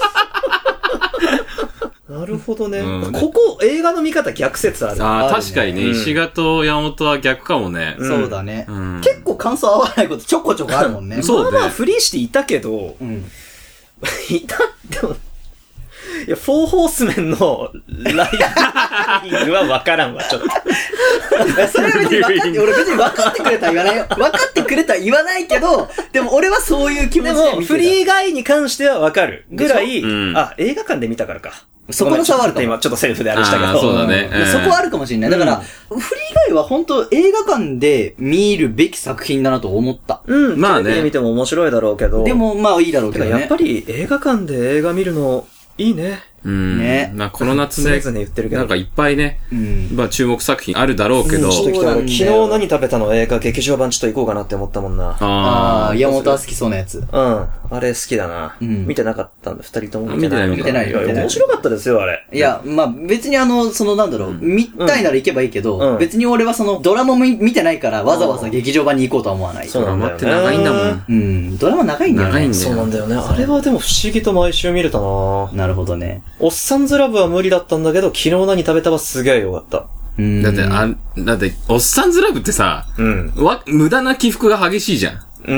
なるほどね、うん。ここ、映画の見方逆説ある。 ああ、確かにね、うん、石賀と山本は逆かもね。 うん、そうだね、うん。結構感想合わないことちょこちょこあるもんね。 そうね。まあまあフリーしていたけど、うん、いたっても、いや、フォーホースメンのライブは分からんわ、ちょっと。 それは別に分かって、俺別に分かってくれたら言わないよ。分かってくれたら言わないけど、でも俺はそういう気持ちで見てた。 でも、フリーガイに関しては分かるぐらい、うん、あ、映画館で見たからか。 そこの差はあるかも。 今ちょっとセルフであれしたけど。 そうだね、 うん。そこはあるかもしれない。だから、うん、フリーガイは本当映画館で見るべき作品だなと思った。 うん。まあね。テレビで見ても面白いだろうけど。 でも、まあいいだろうけどね。 やっぱり映画館で映画見るの、いいね。 うん。ね。まあこの夏ね、 常々言ってるけど。 なんかいっぱいね、うん、まあ注目作品あるだろうけど。うん、 ちょっと来た昨日何食べたの映画劇場版ちょっと行こうかなって思ったもんな。 ああ、山本は好きそうなやつ。 うん。あれ好きだな。うん。見てなかったんだ、二人とも見てない。見てない。 いや、面白かったですよ、あれ。 いや、まあ別にあの、そのなんだろう、うん、見たいなら行けばいいけど、うん、別に俺はそのドラマも見てないからわざわざ劇場版に行こうとは思わない。 そうなんだよね。 ドラマって長いんだもん。 うん。ドラマ長いんだよね。 長いんだよ。 そうなんだよね。あれはでも不思議と毎週見れたな。 なるほどね。 おっさんずラブは無理だったんだけど、昨日何食べたはすげえよかった。 だって、あ、だって、おっさんずラブってさ、うん。わ、無駄な起伏が激しいじゃん。 うん。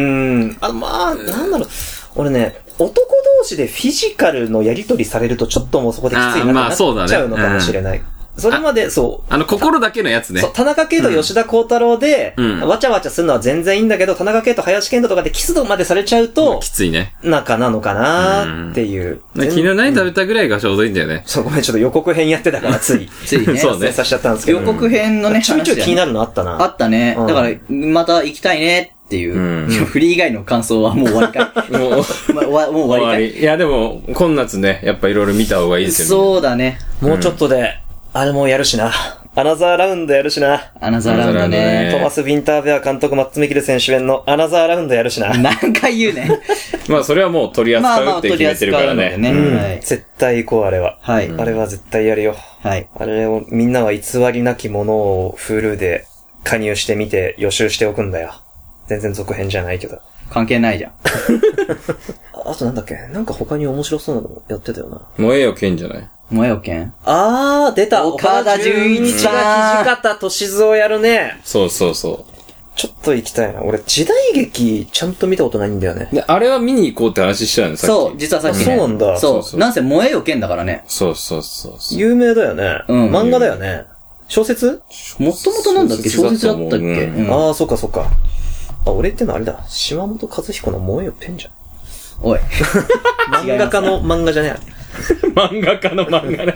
あ、まあ、なんだろう。俺ね、男同士でフィジカルのやり取りされるとちょっともうそこできついなってなっちゃうのかもしれない。それまで、そう。 あの、心だけのやつね。 そう、田中圭と吉田幸太郎で、うん、わちゃわちゃするのは全然いいんだけど、田中圭と林健人とかでキスまでされちゃうと、 きついね。 仲なのかなっていう。 昨日何食べたぐらいがちょうどいいんだよね。 そう、ごめん、ちょっと予告編やってたから、つい。 ついね。 そうね。さしちゃったんですけど。 予告編のね、 ちょいちょい気になるのあったな。 あったね。だから、また行きたいね。っていう、うん、フリー以外の感想はもう終わりかい。もう、ま、もう終わりかい。 いやでも、今夏ね、やっぱいろいろ見た方がいいですよね。そうだね。 もうちょっとで、あれもやるしな。アナザーラウンドやるしな。 アナザーラウンドね。 トマス・ヴィンターベア監督、マッツ・ミキルセン主演のアナザーラウンドやるしな。 何回言うね。 まあそれはもう取り扱うって決めてるからね。 まあまあね、うんはい。絶対行こう、あれは。はい。あれは絶対やるよ。はい。あれをみんなは偽りなきものを Hulu で加入してみて予習しておくんだよ。全然続編じゃないけど。 関係ないじゃん。 あとなんだっけなんか他に面白そうなのやってたよな。 燃えよ剣じゃない燃えよ剣あー、出た岡田准一さんが土方歳三やるね。 そうそうそう。 ちょっと行きたいな。俺、時代劇ちゃんと見たことないんだよね。 で、あれは見に行こうって話してたんですよ、さっき。そう、実はさっき、ね。 そうなんだ。 そう。そうそうなんせ燃えよ剣だからね。 そうそうそうそう。 有名だよね。うん。漫画だよね。小説もともとなんだっけ小説だったっけ、うん、 ああ、そっかそっか。あ、俺言ってんのあれだ。島本和彦の燃えよペンじゃん。 おい。 漫画家の漫画じゃねえ。漫画家の漫画ね。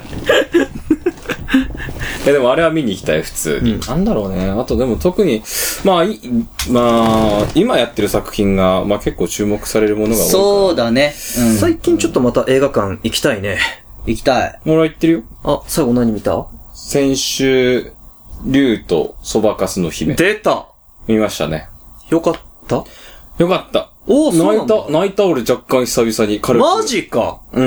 いやでもあれは見に行きたい、普通に。うん、なんだろうね。あとでも特に、まあ、い、まあ、今やってる作品が、まあ結構注目されるものが多いから。 そうだね。 うん、最近ちょっとまた映画館行きたいね。 行きたい。 俺は行ってるよ。 あ、最後何見た？ 先週、竜とそばかすの姫。 出た！ 見ましたね。 よかったよかった。 おー、 泣いた、泣いた俺若干久々に軽く。 マジか。 うん。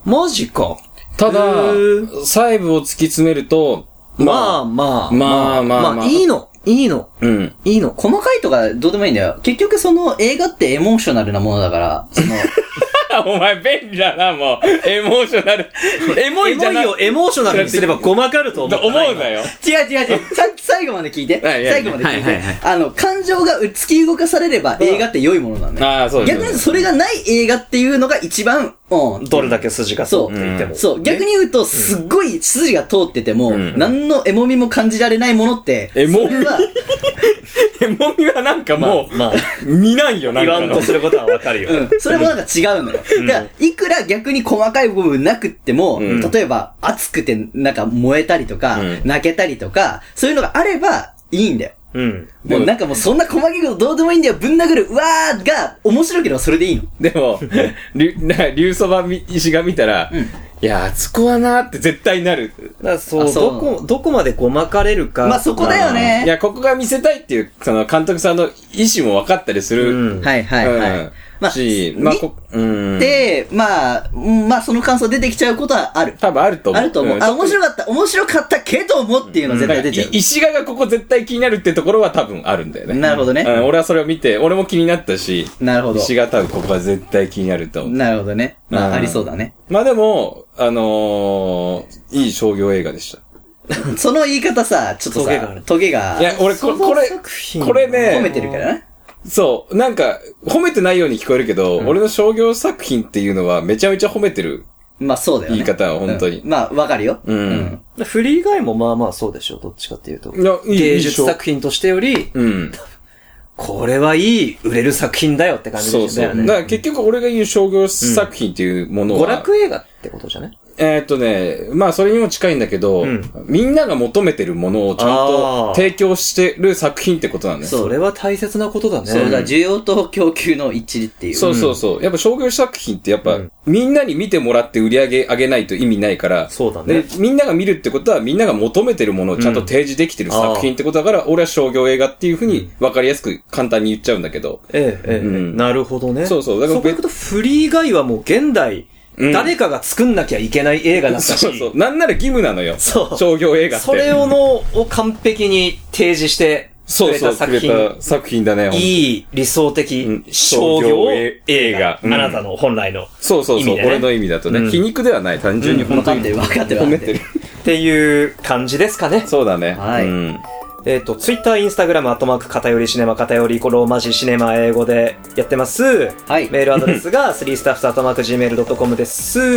マジか。 ただ、細部を突き詰めると、 まあまあ、 まあまあまあ、 まあいいの。いいの。 うん。 いいの。細かいとかどうでもいいんだよ。結局その映画ってエモーショナルなものだから、その、 お前便利だな、もう。エモーショナル。エモいじゃない。エモいをエモーショナルにすればごまかると思う。 思うんだよ。 違う違う違う。さ最後まで聞いて。最後まで聞いて。あの、感情が突き動かされれば映画って良いものなんだよ。 ああ、そうです。 逆にそれがない映画っていうのが一番、 うん。どれだけ筋が通っていても。 そう。逆に言うと、すっごい筋が通ってても、何のエモみも感じられないものって、 エモみは、エモみはなんかもう、まあ、見ないよ、なんか。 言わんとすることはわかるよ。 うん。それもなんか違うのよ。だから、いくら逆に細かい部分なくっても、例えば、熱くてなんか燃えたりとか、泣けたりとか、そういうのがあればいいんだよ。うん。もうなんかもうそんな細かいことどうでもいいんだよ、ぶん殴る、うわーが面白ければそれでいいの。 でも、りゅ、な、竜そば石が見たら、うん、いや、あそこはなーって絶対なる。 だからそう、そうどこ、どこまでごまかれるか。 まあそこだよね。 いや、ここが見せたいっていう、その監督さんの意思も分かったりする。 うん、はいはいはい。うんまあ、し、まあ、こ、 うん。で、まあ、まあ、その感想出てきちゃうことはある。 多分あると思う。 あると思う。うん、あ、面白かった、面白かったけどもっていうのは絶対出ちゃう。 うん、石川がここ絶対気になるってところは多分あるんだよね。 なるほどね。 うん、俺はそれを見て、俺も気になったし。 なるほど。 石川多分ここは絶対気になると思う。 なるほどね。まあ、うん、ありそうだね。 まあでも、あのー、いい商業映画でした。 その言い方さ、ちょっとさ、トゲが。トゲがいや、俺これ、これ、これね。 褒めてるからね。 そう。なんか、褒めてないように聞こえるけど、うん、俺の商業作品っていうのはめちゃめちゃ褒めてる。 まあそうだよね。 言い方は本当に。 うん、まあわかるよ。 うん。うん、フリー以外もまあまあそうでしょ。どっちかっていうと。いや、いい芸術作品としてより、うん。これはいい、売れる作品だよって感じだよね。そうそう。 だから結局俺が言う商業作品っていうものは。 娯楽映画ってことじゃね？ えーっとね、まあそれにも近いんだけど、うん、みんなが求めてるものをちゃんと提供してる作品ってことなんだよ。 それは大切なことだね。 そうだ、需要と供給の一致っていう。 そうそうそう。やっぱ商業作品ってやっぱ、うん、みんなに見てもらって売り上げ上げないと意味ないから、 そうだね。 で、みんなが見るってことはみんなが求めてるものをちゃんと提示できてる作品ってことだから、うん、俺は商業映画っていうふうに分かりやすく簡単に言っちゃうんだけど。 ええ、ええ、うん、なるほどね。 そうそう。 だからそういうことフリー以外はもう現代、うん、誰かが作んなきゃいけない映画だったし。 そうそう。なんなら義務なのよ。 そう。 商業映画って。 それをの、を完璧に提示してくれた作品。 そうそう、くれた作品だね。 いい理想的商業映画。うん、あなたの本来の意味で、ね。 そうそうそう。俺の意味だとね。うん、皮肉ではない。単純に本当に。 分かってる分かってる。 褒めてる。 っていう感じですかね。 そうだね。 はい。 うんえっ、ー、と、ツイッター、インスタグラム、アットマーク、偏りシネマ、偏りローマ字シネマ、英語でやってます。 はい。 メールアドレスが、スリースタッフスアットマーク、ジーメールドットコム です。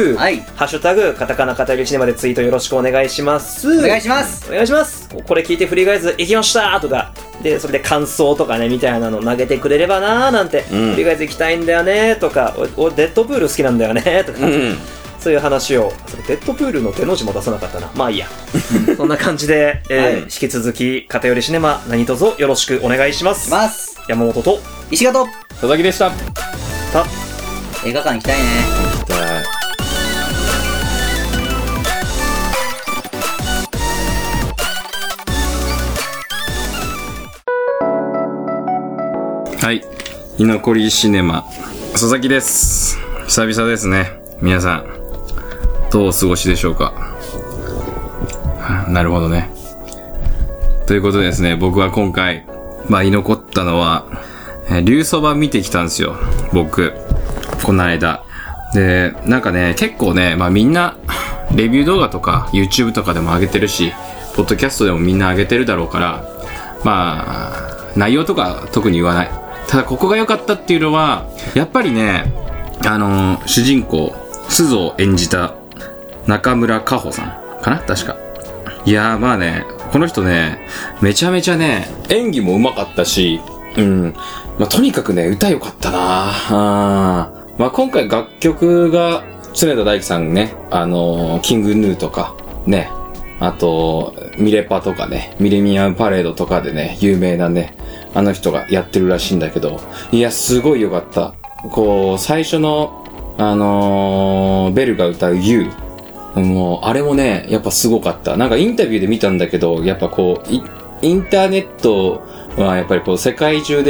はい。 ハッシュタグ、カタカナ、偏りシネマでツイートよろしくお願いします。 お願いします。 お願いします。これ聞いてフリーガイズ行きましたとか、で、それで感想とかね、みたいなの投げてくれればなーなんて、うん、フリーガイズ行きたいんだよねーとか、お、デッドプール好きなんだよねーとか、うんそういう話を、それデッドプールの手の字も出さなかったな。まあいいや。そんな感じで、えーはい、引き続き、偏りシネマ、何卒よろしくお願いします。 ます山本と、 石形と、 佐々木でした。 た、映画館行きたいね。 行きたい。はい。居残りシネマ、佐々木です。久々ですね。皆さん、どうお過ごしでしょうか。なるほどね。ということでですね、僕は今回、まあ、居残ったのは、えー、竜そば見てきたんですよ。僕。この間。で、なんかね、結構ね、まあみんな、レビュー動画とか、YouTube とかでも上げてるし、ポッドキャストでもみんな上げてるだろうから、まあ、内容とか特に言わない。ただここが良かったっていうのは、やっぱりね、あのー、主人公、鈴を演じた中村佳穂さんかな確か。いやーまあね、この人ね、めちゃめちゃね、演技も上手かったし、うん。まあとにかくね、歌良かったなあまあ今回楽曲が、常田大樹さんね、あのー、キングヌーとか、ね、あと、ミレパとかね、ミレニアムパレードとかでね、有名なね、あの人がやってるらしいんだけど、いや、すごい良かった。こう、最初の、あのー、ベルが歌う You。もう、あれもね、やっぱすごかった。なんかインタビューで見たんだけど、やっぱこう、インターネットはやっぱりこう、世界中で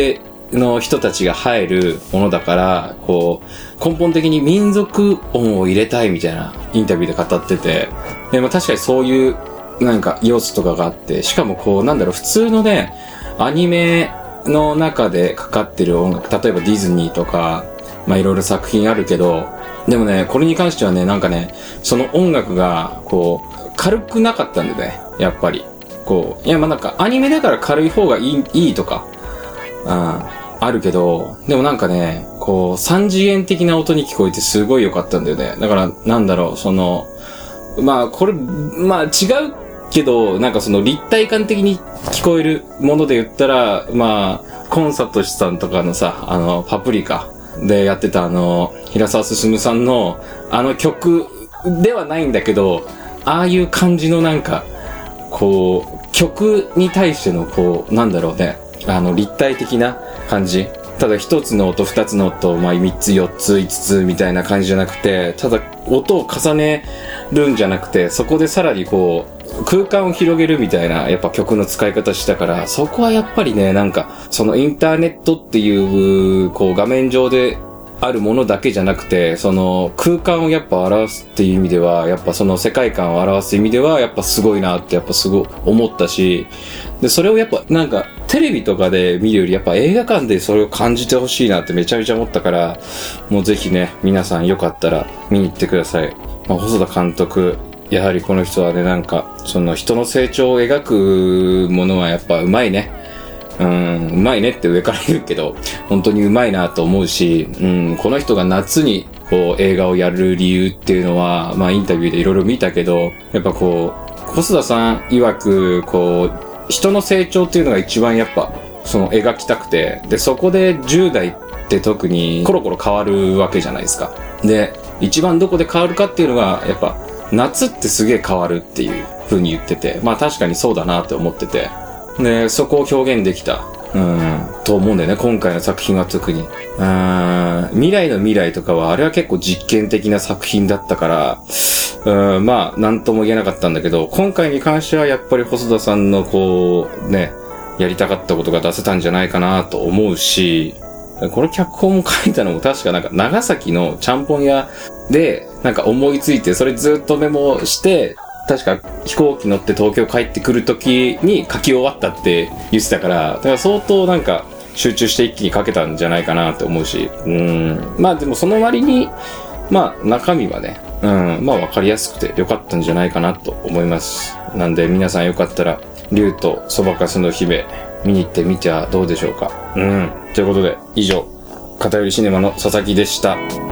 の人たちが入るものだから、こう、根本的に民族音を入れたいみたいなインタビューで語ってて、でも確かにそういうなんか要素とかがあって、しかもこう、なんだろう、普通のね、アニメの中でかかってる音楽、例えばディズニーとか、まあいろいろ作品あるけど、でもね、これに関してはね、なんかね、その音楽が、こう、軽くなかったんでね、やっぱり。こう、いや、まあなんか、アニメだから軽い方がいい、いいとか、うん、あるけど、でもなんかね、こう、三次元的な音に聞こえてすごい良かったんだよね。だから、なんだろう、その、まあ、これ、まあ違うけど、なんかその立体感的に聞こえるもので言ったら、まあ、コンサートシさんとかのさ、あの、パプリカでやってたあの、平沢進さんの、あの曲ではないんだけど、ああいう感じのなんか、こう、曲に対してのこう、なんだろうね、あの、立体的な感じ。ただ一つの音、二つの音、まあ三つ、四つ、五つみたいな感じじゃなくて、ただ音を重ねるんじゃなくて、そこでさらにこう、空間を広げるみたいな、やっぱ曲の使い方したから、そこはやっぱりね、なんか、そのインターネットっていう、こう画面上であるものだけじゃなくて、その空間をやっぱ表すっていう意味では、やっぱその世界観を表す意味では、やっぱすごいなってやっぱすごい思ったし、で、それをやっぱなんかテレビとかで見るよりやっぱ映画館でそれを感じてほしいなってめちゃめちゃ思ったから、もうぜひね、皆さんよかったら見に行ってください。まあ、細田監督、やはりこの人はね、なんか、その人の成長を描くものはやっぱうまいね。うん、うまいねって上から言うけど、本当にうまいなと思うし、うん、この人が夏にこう映画をやる理由っていうのは、まあインタビューでいろいろ見たけど、やっぱこう、細田さん曰く、こう、人の成長っていうのが一番やっぱ、その描きたくて、で、そこでじゅう代って特にコロコロ変わるわけじゃないですか。で、一番どこで変わるかっていうのが、やっぱ、夏ってすげえ変わるっていう風に言ってて、まあ確かにそうだなって思ってて、で、そこを表現できた、うん、と思うんだよね、今回の作品は特に。うん、未来の未来とかは、あれは結構実験的な作品だったから、うん、まあ、なんとも言えなかったんだけど、今回に関してはやっぱり細田さんのこう、ね、やりたかったことが出せたんじゃないかなと思うし、これ脚本も書いたのも確かなんか長崎のちゃんぽん屋でなんか思いついてそれずっとメモして確か飛行機乗って東京帰ってくる時に書き終わったって言ってたから、だから相当なんか集中して一気に書けたんじゃないかなって思うし、うーん、まあでもその割にまあ中身はね、うん、まあわかりやすくてよかったんじゃないかなと思います。なんで皆さんよかったら竜とそばかすの姫見に行ってみちゃどうでしょうか。うん。ということで、以上、片寄りシネマの佐々木でした。